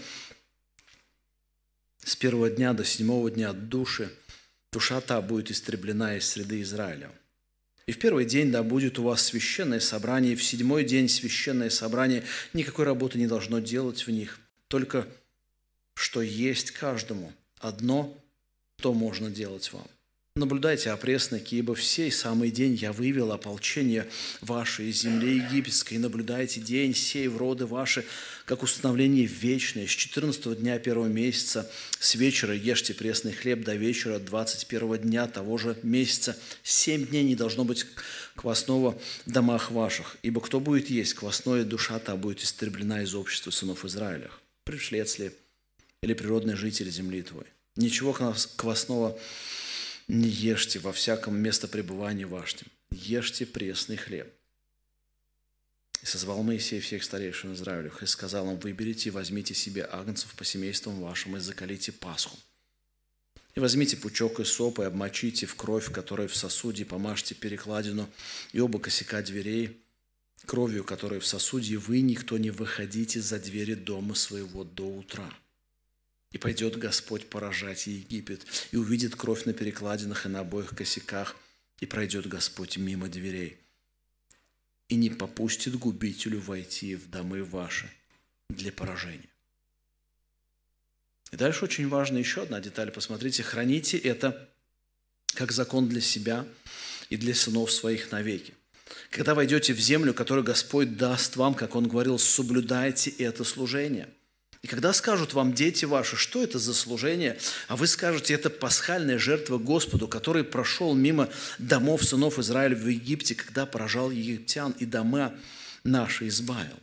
с первого дня до 7-го дня от душа та будет истреблена из среды Израиля. И в первый день да будет у вас священное собрание, и в 7-й день священное собрание. Никакой работы не должно делать в них, только что есть каждому одно, то можно делать вам. Наблюдайте о пресноке, ибо в сей самый день я вывел ополчение ваше из земли египетской, и наблюдайте день сей в роды ваши, как установление вечное. С 14-го дня первого месяца с вечера ешьте пресный хлеб до вечера 21-го дня того же месяца. 7 дней не должно быть квасного в домах ваших, ибо кто будет есть квасное, душа та будет истреблена из общества сынов Израиля. Пришлец ли или природный житель земли твой. Ничего квасного не ешьте во всяком местопребывании вашем, ешьте пресный хлеб. И созвал Моисей всех старейшин Израилевых, и сказал им: выберите и возьмите себе агнцев по семействам вашим, и заколите Пасху. И возьмите пучок исопа, и обмочите в кровь, которая в сосуде, и помажьте перекладину и оба косяка дверей, кровью, которая в сосуде, и вы, никто, не выходите за двери дома своего до утра. И пойдет Господь поражать Египет, и увидит кровь на перекладинах и на обоих косяках, и пройдет Господь мимо дверей, и не попустит губителю войти в домы ваши для поражения. И дальше очень важна еще одна деталь. Посмотрите, храните это как закон для себя и для сынов своих навеки. Когда войдете в землю, которую Господь даст вам, как Он говорил, соблюдайте это служение. И когда скажут вам дети ваши, что это за служение, а вы скажете, это пасхальная жертва Господу, который прошел мимо домов сынов Израиля в Египте, когда поражал египтян и дома наши избавил.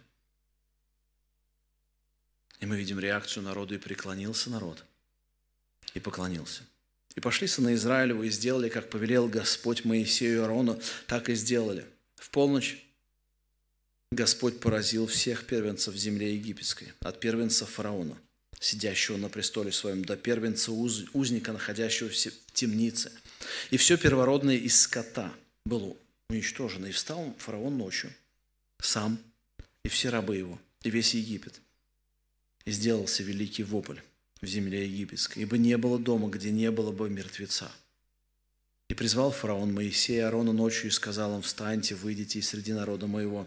И мы видим реакцию народа, и преклонился народ, и поклонился. И пошли сыны Израилевы и сделали, как повелел Господь Моисею и Аарону, так и сделали. В полночь Господь поразил всех первенцев в земле египетской, от первенца фараона, сидящего на престоле своем, до первенца узника, находящегося в темнице. И все первородное из скота было уничтожено. И встал фараон ночью, сам, и все рабы его, и весь Египет. И сделался великий вопль в земле египетской, ибо не было дома, где не было бы мертвеца. И призвал фараон Моисея и Аарона ночью и сказал им: встаньте, выйдите из среди народа моего,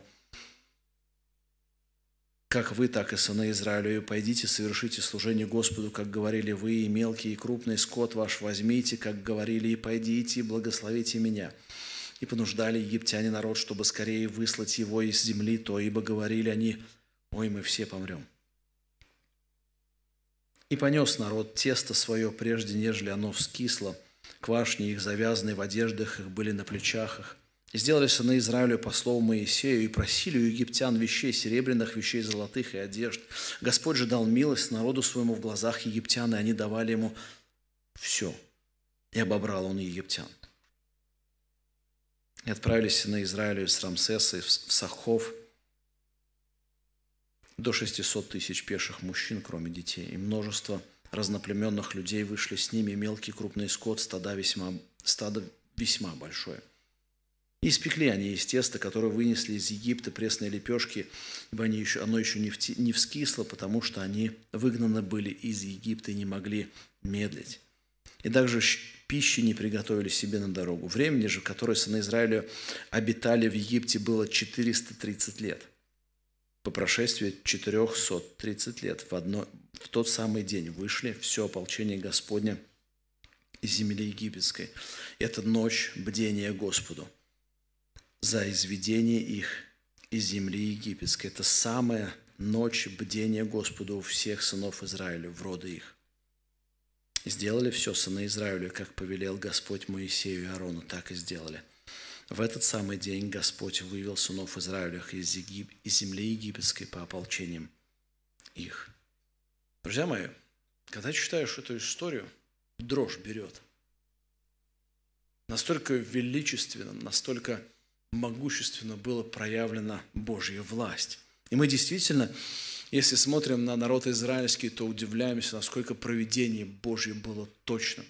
как вы, так и сыны Израилю, и пойдите, совершите служение Господу, как говорили вы, и мелкий, и крупный скот ваш возьмите, как говорили, и пойдите, и благословите меня. И понуждали египтяне народ, чтобы скорее выслать его из земли, то, ибо говорили они: ой, мы все помрем. И понес народ тесто свое, прежде нежели оно вскисло, квашни их, завязанные в одеждах их, были на плечах их. И сделали сыны Израилю по слову Моисею, и просили у египтян вещей серебряных, вещей золотых и одежд. Господь же дал милость народу своему в глазах египтян, и они давали ему все. И обобрал он египтян. И отправились сыны Израилю из Рамсеса в Сахов до 600 тысяч пеших мужчин, кроме детей, и множество разноплеменных людей вышли с ними, мелкий крупный скот, стадо весьма большое. И испекли они из теста, которое вынесли из Египта, пресные лепешки, ибо оно еще не вскисло, потому что они выгнаны были из Египта и не могли медлить. И также пищи не приготовили себе на дорогу. Времени же, в которое сыны Израиля обитали в Египте, было 430 лет. По прошествии 430 лет в тот самый день вышли все ополчение Господня из земли египетской. Это ночь бдения Господу за изведение их из земли египетской. Это самая ночь бдения Господу у всех сынов Израиля, в роды их. Сделали все сыны Израиля, как повелел Господь Моисею и Аарону, так и сделали. В этот самый день Господь вывел сынов Израиля из земли египетской по ополчениям их. Друзья мои, когда читаешь эту историю, дрожь берет. Настолько величественно, настолько могущественно была проявлена Божья власть. И мы действительно, если смотрим на народ израильский, то удивляемся, насколько провидение Божье было точным.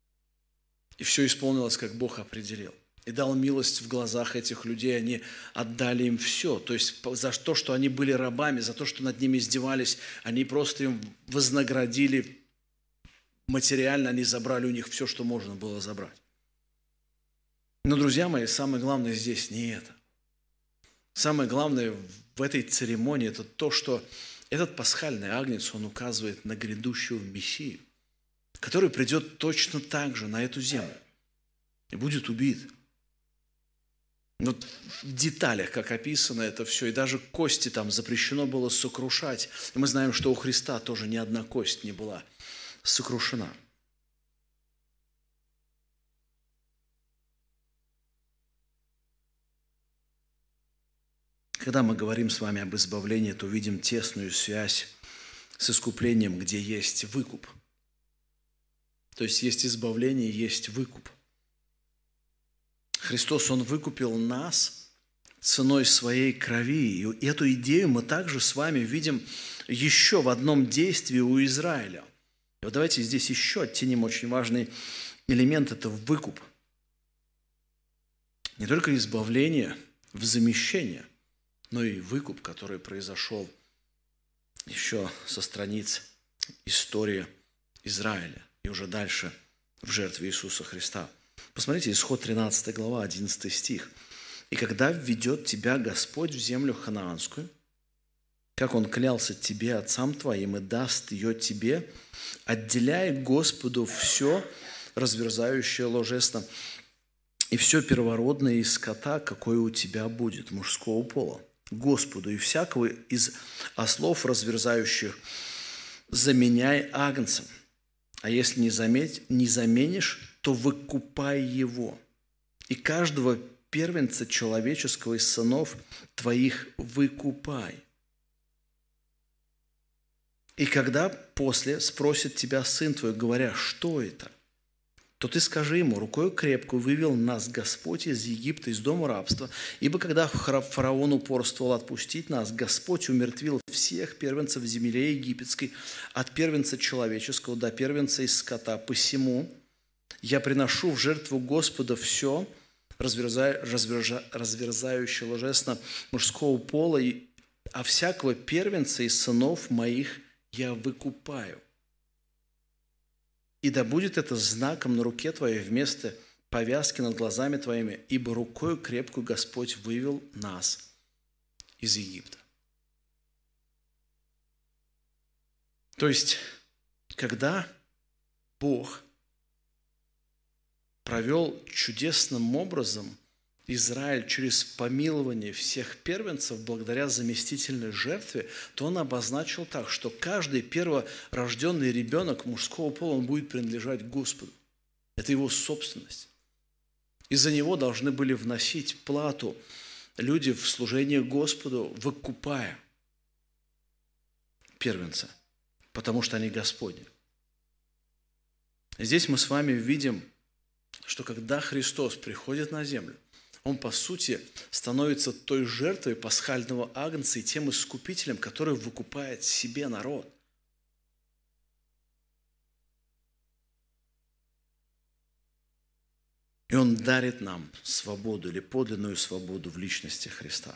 И все исполнилось, как Бог определил. И дал милость в глазах этих людей, они отдали им все. То есть за то, что они были рабами, за то, что над ними издевались, они просто им вознаградили материально, они забрали у них все, что можно было забрать. Но, друзья мои, самое главное здесь не это. Самое главное в этой церемонии – это то, что этот пасхальный агнец, он указывает на грядущего Мессию, который придет точно так же на эту землю и будет убит. Но в деталях, как описано это все, и даже кости там запрещено было сокрушать. И мы знаем, что у Христа тоже ни одна кость не была сокрушена. Когда мы говорим с вами об избавлении, то видим тесную связь с искуплением, где есть выкуп. То есть есть избавление, есть выкуп. Христос, Он выкупил нас ценой своей крови. И эту идею мы также с вами видим еще в одном действии у Израиля. И вот давайте здесь еще оттеним очень важный элемент – это выкуп. Не только избавление в замещение, но и выкуп, который произошел еще со страниц истории Израиля и уже дальше в жертве Иисуса Христа. Посмотрите, Исход 13 глава, 11 стих. «И когда введет тебя Господь в землю ханаанскую, как Он клялся тебе, отцам твоим, и даст ее тебе, отделяй Господу все разверзающее ложество и все первородное из скота, какое у тебя будет, мужского пола, Господу, и всякого из ослов разверзающих заменяй агнцем. А если не заменишь, то выкупай его. И каждого первенца человеческого из сынов твоих выкупай. И когда после спросит тебя сын твой, говоря, что это, то ты скажи ему, рукою крепкую вывел нас Господь из Египта, из дома рабства. Ибо когда фараон упорствовал отпустить нас, Господь умертвил всех первенцев в земле египетской, от первенца человеческого до первенца из скота. Посему я приношу в жертву Господа все, разверзающее ложество мужского пола, а всякого первенца из сынов моих я выкупаю. И да будет это знаком на руке твоей вместо повязки над глазами твоими, ибо рукою крепкую Господь вывел нас из Египта. То есть, когда Бог провел чудесным образом Израиль через помилование всех первенцев благодаря заместительной жертве, то Он обозначил так, что каждый перворожденный ребенок мужского пола, он будет принадлежать Господу. Это его собственность. И за него должны были вносить плату люди в служение Господу, выкупая первенца, потому что они Господни. Здесь мы с вами видим, что когда Христос приходит на землю, Он, по сути, становится той жертвой пасхального агнца и тем искупителем, который выкупает себе народ. И Он дарит нам свободу или подлинную свободу в личности Христа.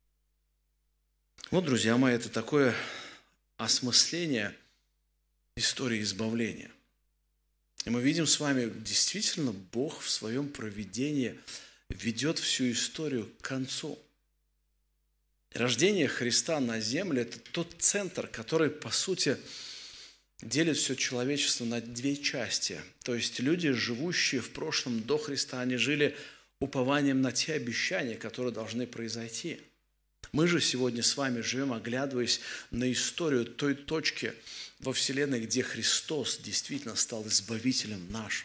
Вот, друзья мои, это такое осмысление истории избавления. И мы видим с вами, действительно, Бог в своем провидении ведет всю историю к концу. Рождение Христа на земле – это тот центр, который, по сути, делит все человечество на две части. То есть люди, живущие в прошлом до Христа, они жили упованием на те обещания, которые должны произойти. Мы же сегодня с вами живем, оглядываясь на историю той точки во Вселенной, где Христос действительно стал избавителем нашим.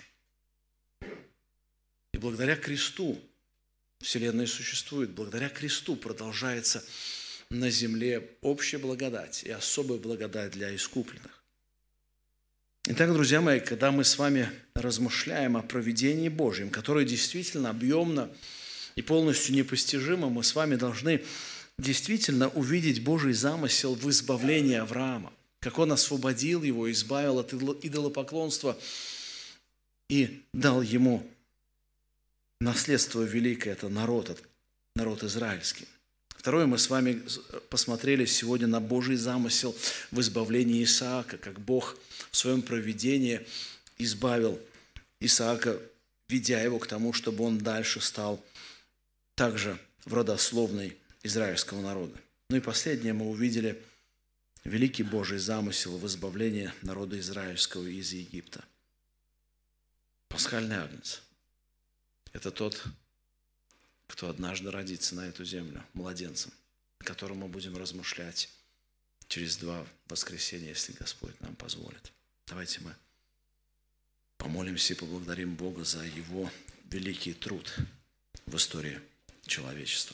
И благодаря кресту Вселенная существует, благодаря кресту продолжается на земле общая благодать и особая благодать для искупленных. Итак, друзья мои, когда мы с вами размышляем о провидении Божьем, которое действительно объемно и полностью непостижимо, мы с вами должны действительно увидеть Божий замысел в избавлении Авраама, как Он освободил его, избавил от идолопоклонства и дал ему наследство великое – это народ израильский. Второе, мы с вами посмотрели сегодня на Божий замысел в избавлении Исаака, как Бог в своем провидении избавил Исаака, ведя его к тому, чтобы он дальше стал также в родословной израильского народа. Ну и последнее, мы увидели великий Божий замысел в избавлении народа израильского из Египта. Пасхальный агнец – это тот, кто однажды родится на эту землю младенцем, о котором мы будем размышлять через 2 воскресенья, если Господь нам позволит. Давайте мы помолимся и поблагодарим Бога за Его великий труд в истории человечества.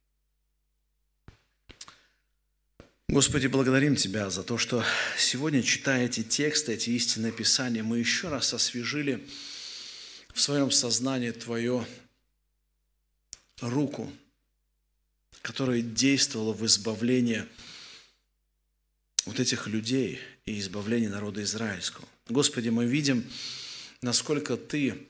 Господи, благодарим Тебя за то, что сегодня, читая эти тексты, эти истинные Писания, мы еще раз освежили в своем сознании Твою руку, которая действовала в избавлении вот этих людей и избавлении народа израильского. Господи, мы видим, насколько Ты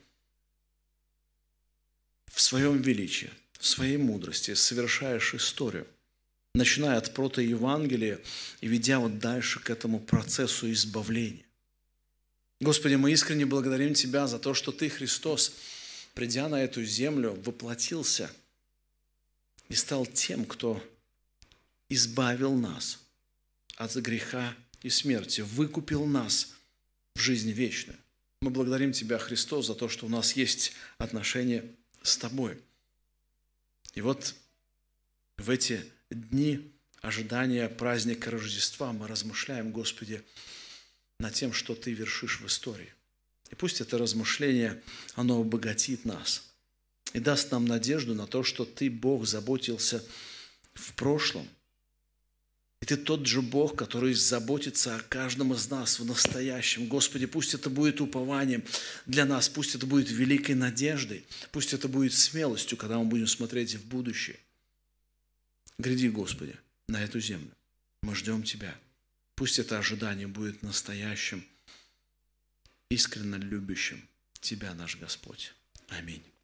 в своем величии, в своей мудрости совершаешь историю, начиная от протоевангелия и ведя вот дальше к этому процессу избавления. Господи, мы искренне благодарим Тебя за то, что Ты, Христос, придя на эту землю, воплотился и стал тем, кто избавил нас от греха и смерти, выкупил нас в жизнь вечную. Мы благодарим Тебя, Христос, за то, что у нас есть отношения с Тобой. И вот в эти дни ожидания праздника Рождества мы размышляем, Господи, над тем, что Ты вершишь в истории. И пусть это размышление, оно обогатит нас и даст нам надежду на то, что Ты, Бог, заботился в прошлом. И Ты тот же Бог, который заботится о каждом из нас в настоящем. Господи, пусть это будет упованием для нас, пусть это будет великой надеждой, пусть это будет смелостью, когда мы будем смотреть в будущее. Гряди, Господи, на эту землю. Мы ждем Тебя. Пусть это ожидание будет настоящим, искренне любящим Тебя, наш Господь. Аминь.